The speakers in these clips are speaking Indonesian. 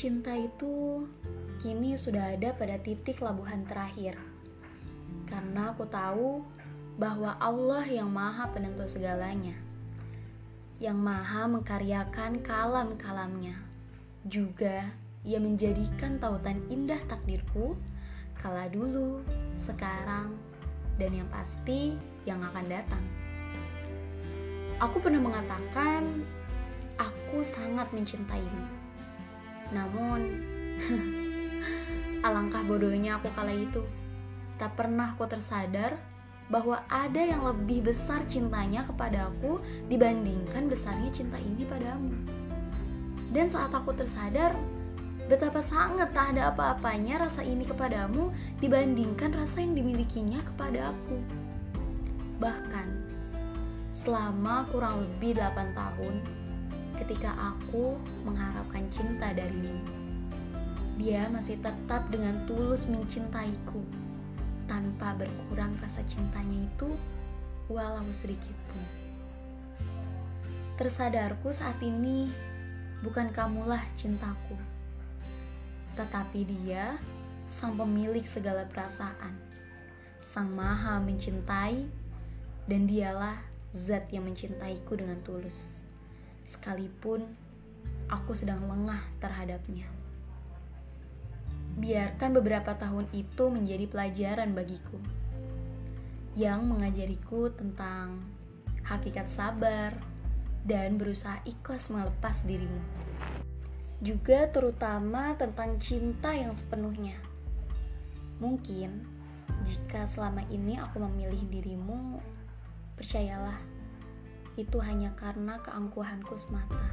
Cinta itu kini sudah ada pada titik labuhan terakhir. Karena aku tahu bahwa Allah yang maha penentu segalanya, yang maha mengkaryakan kalam-kalamnya, juga ia menjadikan tautan indah takdirku kala dulu, sekarang, dan yang pasti yang akan datang. Aku pernah mengatakan aku sangat mencintaimu. Namun alangkah bodohnya aku kala itu. Tak pernah aku tersadar bahwa ada yang lebih besar cintanya kepadaku dibandingkan besarnya cinta ini padamu. Dan saat aku tersadar betapa sangat tak ada apa-apanya rasa ini kepadamu dibandingkan rasa yang dimilikinya kepada aku. Bahkan selama kurang lebih 8 tahun ketika aku mengharapkan cinta darimu, dia masih tetap dengan tulus mencintaiku tanpa berkurang rasa cintanya itu walau sedikit pun. Tersadarku saat ini bukan kamulah cintaku, tetapi dia sang pemilik segala perasaan, sang maha mencintai, dan dialah zat yang mencintaiku dengan tulus, sekalipun aku sedang lengah terhadapnya. Biarkan beberapa tahun itu menjadi pelajaran bagiku, yang mengajariku tentang hakikat sabar dan berusaha ikhlas melepas dirimu. Juga terutama tentang cinta yang sepenuhnya. Mungkin jika selama ini aku memilih dirimu, percayalah, itu hanya karena keangkuhanku semata.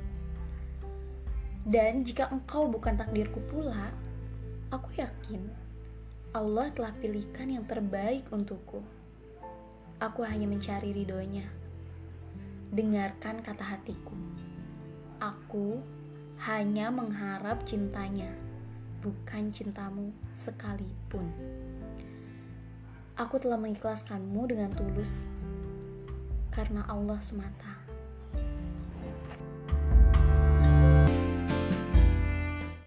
Dan jika engkau bukan takdirku pula, aku yakin Allah telah pilihkan yang terbaik untukku. Aku hanya mencari ridhonya. Dengarkan kata hatiku. Aku hanya mengharap cintanya, bukan cintamu sekalipun. Aku telah mengikhlaskanmu dengan tulus karena Allah semata.